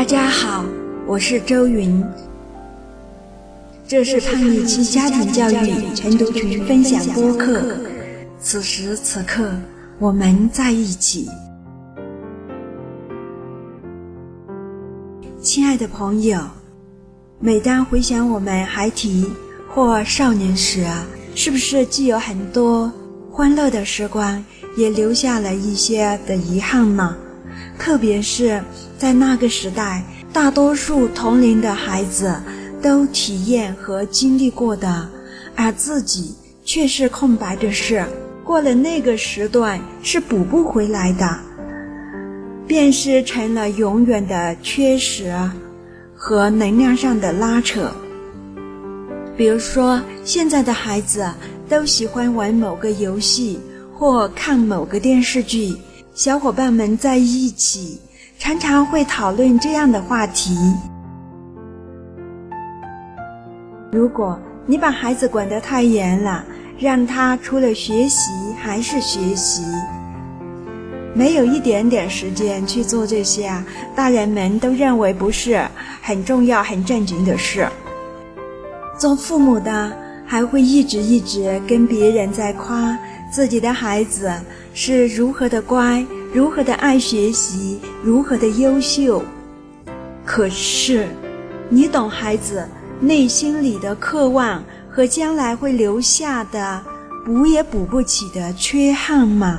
大家好，我是周云，这是叛逆期家庭教育晨读群分享播客。此时此刻，我们在一起。亲爱的朋友，每当回想我们孩提或少年时啊，是不是既有很多欢乐的时光，也留下了一些的遗憾呢？特别是在那个时代，大多数同龄的孩子都体验和经历过的，而自己却是空白的事，过了那个时段是补不回来的，便是成了永远的缺失和能量上的拉扯。比如说，现在的孩子都喜欢玩某个游戏或看某个电视剧，小伙伴们在一起常常会讨论这样的话题。如果你把孩子管得太严了，让他除了学习还是学习，没有一点点时间去做这些大人们都认为不是很重要很正经的事。做父母的还会一直跟别人在夸自己的孩子是如何的乖，如何的爱学习，如何的优秀。可是你懂孩子内心里的渴望和将来会留下的补也补不起的缺憾吗？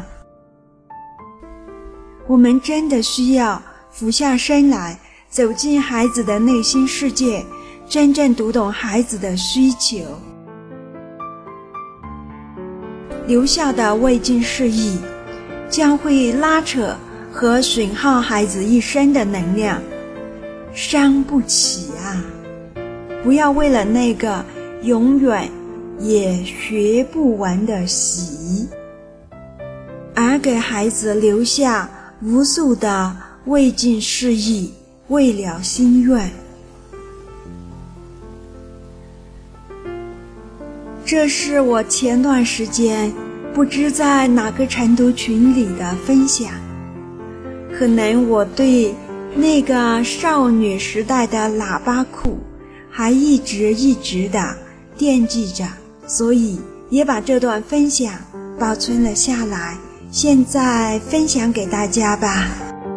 我们真的需要俯下身来，走进孩子的内心世界，真正读懂孩子的需求。留下的未尽事意，将会拉扯和损耗孩子一生的能量，伤不起啊！不要为了那个永远也学不完的习，而给孩子留下无数的未尽事意，未了心愿。这是我前段时间不知在哪个晨读群里的分享，可能我对那个少女时代的喇叭裤还一直的惦记着，所以也把这段分享保存了下来，现在分享给大家吧。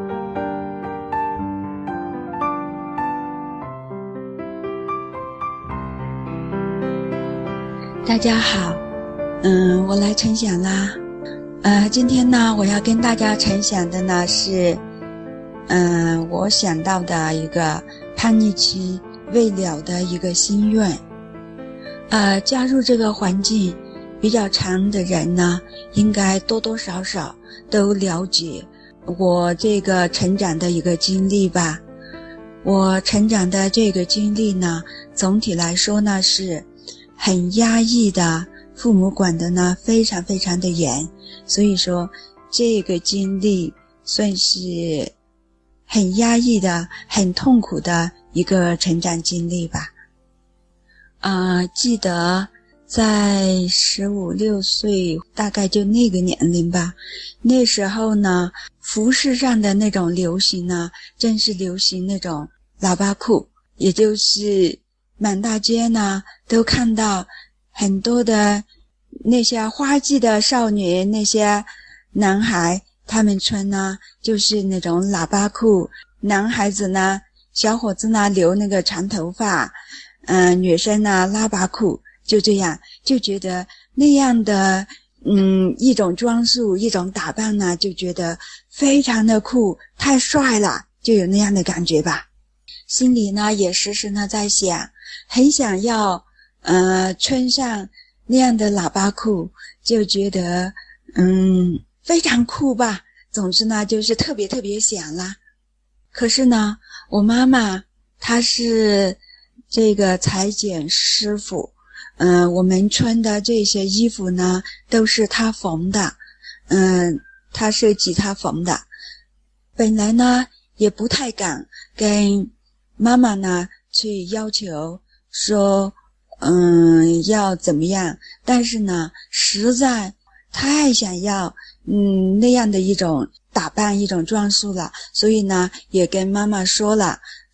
大家好，我来晨享啦。今天呢，我要跟大家晨享的呢是，我想到的一个叛逆期未了的一个心愿。加入这个环境比较长的人呢，应该多多少少都了解我这个成长的一个经历吧。我成长的这个经历呢，总体来说呢是很压抑的，父母管的呢非常的严，所以说这个经历算是很压抑的，很痛苦的一个成长经历吧。记得在15、16岁，大概就那个年龄吧，那时候呢，服饰上的那种流行呢，正是流行那种喇叭裤，也就是满大街呢都看到很多的那些花季的少女，那些男孩，他们穿呢就是那种喇叭裤，男孩子呢，小伙子呢留那个长头发，女生呢拉拔裤，就这样就觉得那样的一种装束，一种打扮呢，就觉得非常的酷，太帅了，就有那样的感觉吧。心里呢也时时呢在想，很想要穿上那样的喇叭裤，就觉得非常酷吧，总之呢就是特别想啦。可是呢，我妈妈她是这个裁剪师傅，我们穿的这些衣服呢都是她缝的，她设计她缝的。本来呢也不太敢跟妈妈呢去要求说要怎么样，但是呢实在太想要那样的一种打扮，一种装束了，所以呢也跟妈妈说了，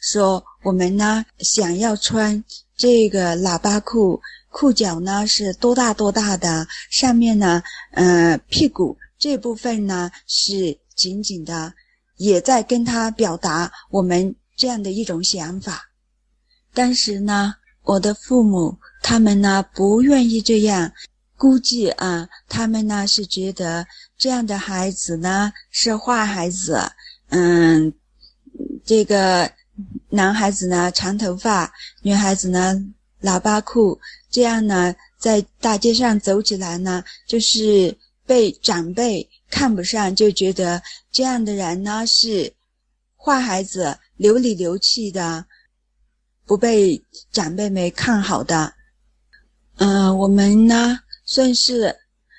说我们呢想要穿这个喇叭裤，裤脚呢是多大多大的，上面呢屁股这部分呢是紧紧的，也在跟他表达我们这样的一种想法。但是呢我的父母他们呢不愿意这样，估计他们呢是觉得这样的孩子呢是坏孩子，这个男孩子呢长头发，女孩子呢喇叭裤，这样呢在大街上走起来呢就是被长辈看不上，就觉得这样的人呢是坏孩子，流里流气的，不被长辈们看好的。我们呢算是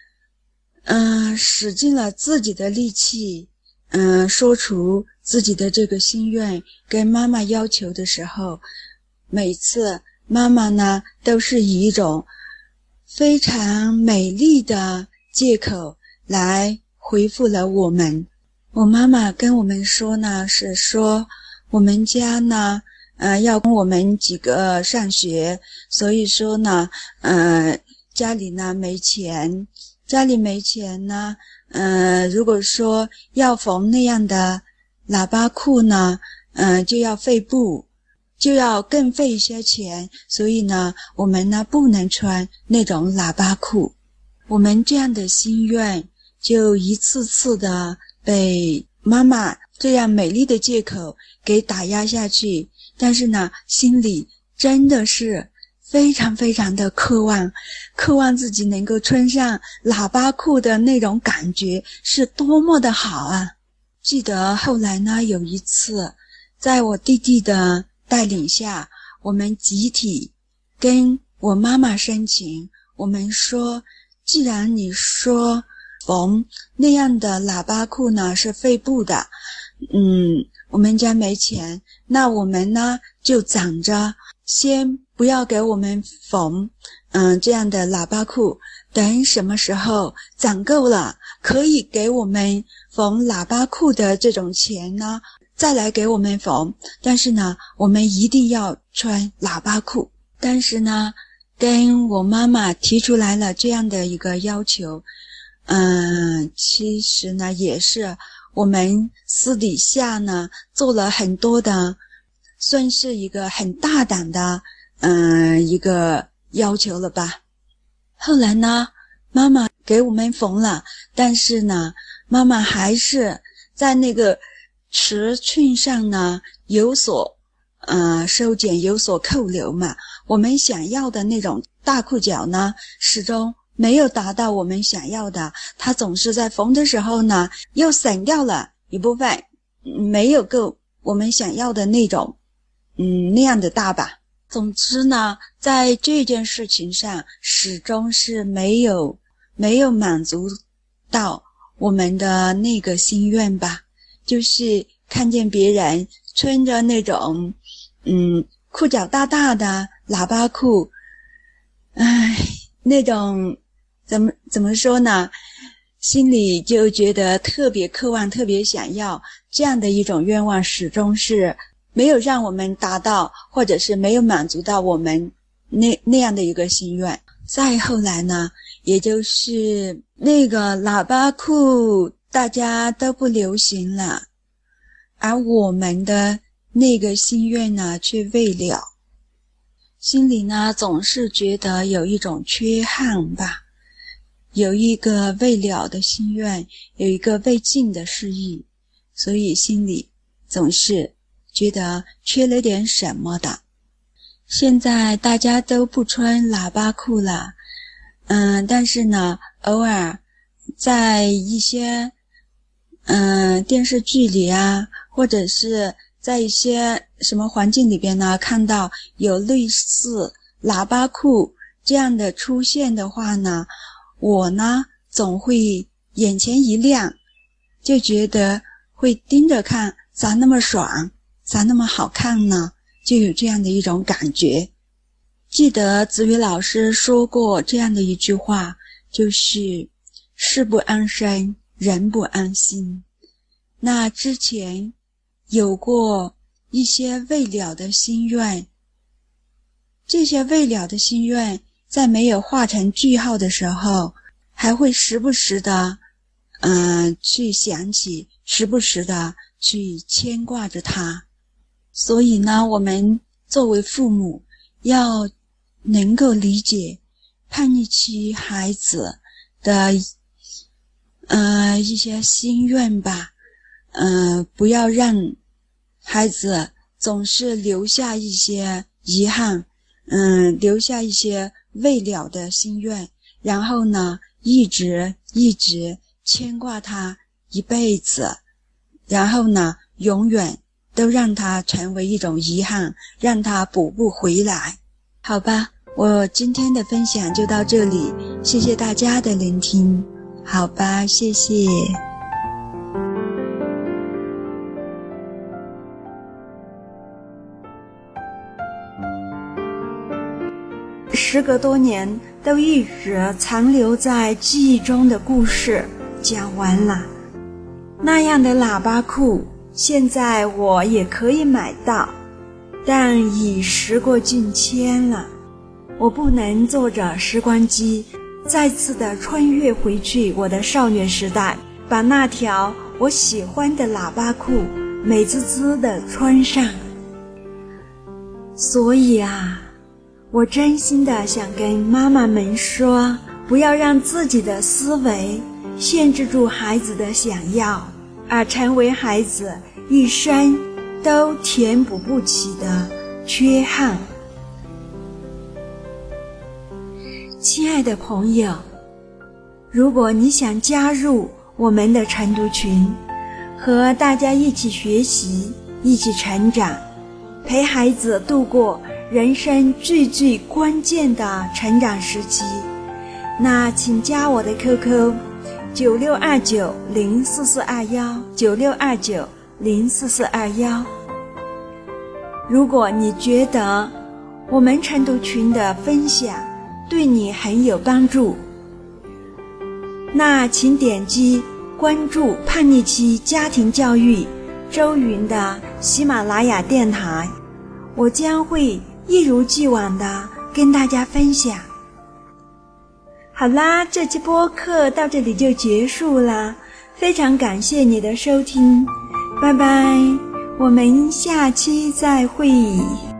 使尽了自己的力气，说出自己的这个心愿，跟妈妈要求的时候，每次妈妈呢都是以一种非常美丽的借口来回复了我们。我妈妈跟我们说呢，是说我们家呢要供我们几个上学，所以说呢家里呢没钱，呢如果说要缝那样的喇叭裤呢就要费布，就要更费一些钱，所以呢我们呢不能穿那种喇叭裤。我们这样的心愿就一次次的被妈妈这样美丽的借口给打压下去，但是呢心里真的是非常非常的渴望自己能够穿上喇叭裤的那种感觉是多么的好啊。记得后来呢有一次在我弟弟的带领下，我们集体跟我妈妈申请，我们说既然你说缝那样的喇叭裤呢是费布的，我们家没钱，那我们呢就攒着，先不要给我们缝这样的喇叭裤，等什么时候攒够了可以给我们缝喇叭裤的这种钱呢再来给我们缝，但是呢我们一定要穿喇叭裤。但是呢跟我妈妈提出来了这样的一个要求，其实呢也是我们私底下呢做了很多的，算是一个很大胆的一个要求了吧。后来呢妈妈给我们缝了，但是呢妈妈还是在那个尺寸上呢有所收减，有所扣留嘛。我们想要的那种大裤脚呢始终没有达到我们想要的，它总是在缝的时候呢又省掉了一部分，没有够我们想要的那种那样的大吧。总之呢在这件事情上始终是没有满足到我们的那个心愿吧，就是看见别人穿着那种裤脚大大的喇叭裤，那种怎么说呢，心里就觉得特别渴望，特别想要，这样的一种愿望始终是没有让我们达到，或者是没有满足到我们那样的一个心愿。再后来呢也就是那个喇叭裤大家都不流行了，而我们的那个心愿呢却未了，心里呢总是觉得有一种缺憾吧，有一个未了的心愿，有一个未尽的事意，所以心里总是觉得缺了点什么的。现在大家都不穿喇叭裤了，但是呢偶尔在一些电视剧里啊，或者是在一些什么环境里边呢看到有类似喇叭裤这样的出现的话呢，我呢总会眼前一亮，就觉得会盯着看，咋那么爽，咋那么好看呢，就有这样的一种感觉。记得子瑜老师说过这样的一句话，就是事不安身，人不安心。那之前有过一些未了的心愿。这些未了的心愿在没有画成句号的时候，还会时不时的去想起，时不时的去牵挂着他。所以呢，我们作为父母要能够理解叛逆期孩子的一些心愿吧，不要让孩子总是留下一些遗憾，留下一些未了的心愿，然后呢一直牵挂他一辈子，然后呢永远都让他成为一种遗憾，让他补不回来。好吧，我今天的分享就到这里，谢谢大家的聆听。好吧，谢谢。时隔多年，都一直残留在记忆中的故事讲完了。那样的喇叭裤，现在我也可以买到，但已时过境迁了。我不能坐着时光机再次的穿越回去我的少年时代，把那条我喜欢的喇叭裤美滋滋的穿上。所以啊，我真心的想跟妈妈们说，不要让自己的思维限制住孩子的想要，而成为孩子一生都填补不起的缺憾。亲爱的朋友，如果你想加入我们的晨读群，和大家一起学习，一起成长，陪孩子度过人生最关键的成长时期，那请加我的 QQ 9629044421 9629044421。如果你觉得我们晨读群的分享对你很有帮助，那请点击关注叛逆期家庭教育周云的喜马拉雅电台，我将会一如既往的跟大家分享。好啦，这期播客到这里就结束啦，非常感谢你的收听，拜拜，我们下期再会。